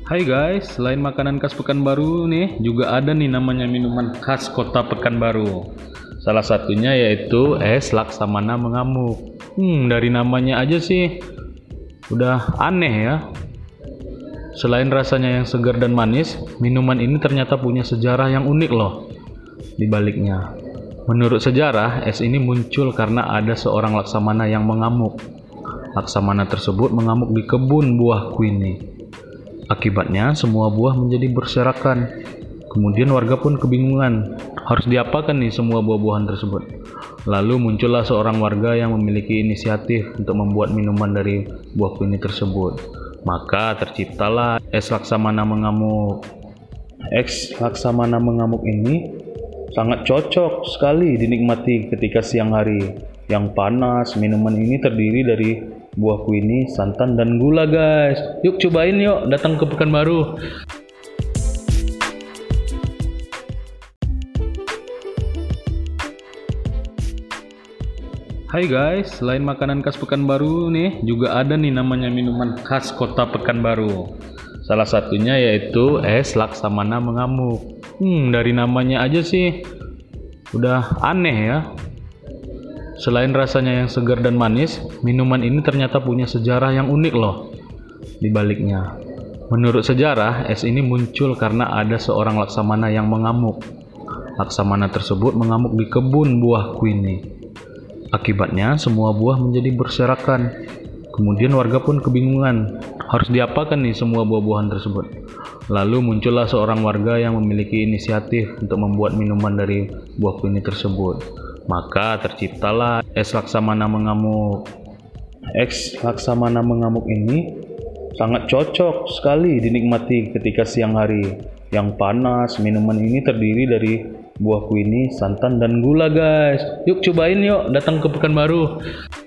Hai guys, selain makanan khas Pekanbaru nih, juga ada nih namanya minuman khas kota Pekanbaru. Salah satunya yaitu es Laksamana Mengamuk. Dari namanya aja sih udah aneh ya. Selain rasanya yang segar dan manis, minuman ini ternyata punya sejarah yang unik loh di baliknya. Menurut sejarah, es ini muncul karena ada seorang Laksamana yang mengamuk. Laksamana tersebut mengamuk di kebun buah Queenie. Akibatnya semua buah menjadi berserakan. Kemudian warga pun kebingungan, harus diapakan nih semua buah-buahan tersebut. Lalu muncullah seorang warga yang memiliki inisiatif untuk membuat minuman dari buah Queenie tersebut. Maka terciptalah es Laksamana Mengamuk. Es Laksamana Mengamuk ini sangat cocok sekali dinikmati ketika siang hari yang panas. Minuman ini terdiri dari buah Queenie, santan, dan gula guys. Yuk cobain yuk, datang ke Pekanbaru. Hai guys, selain makanan khas Pekanbaru nih, juga ada nih namanya minuman khas kota Pekanbaru. Salah satunya yaitu es Laksamana Mengamuk. Dari namanya aja sih udah aneh ya. Selain rasanya yang segar dan manis, minuman ini ternyata punya sejarah yang unik loh di baliknya. Menurut sejarah, es ini muncul karena ada seorang Laksamana yang mengamuk. Laksamana tersebut mengamuk di kebun buah Queenie. Akibatnya semua buah menjadi berserakan. Kemudian warga pun kebingungan, harus diapakan nih semua buah-buahan tersebut. Lalu muncullah seorang warga yang memiliki inisiatif untuk membuat minuman dari buah Queenie tersebut. Maka terciptalah es Laksamana Mengamuk. Es Laksamana Mengamuk ini sangat cocok sekali dinikmati ketika siang hari yang panas. Minuman ini terdiri dari buah Queenie, santan, dan gula guys. Yuk cobain yuk, datang ke Pekanbaru.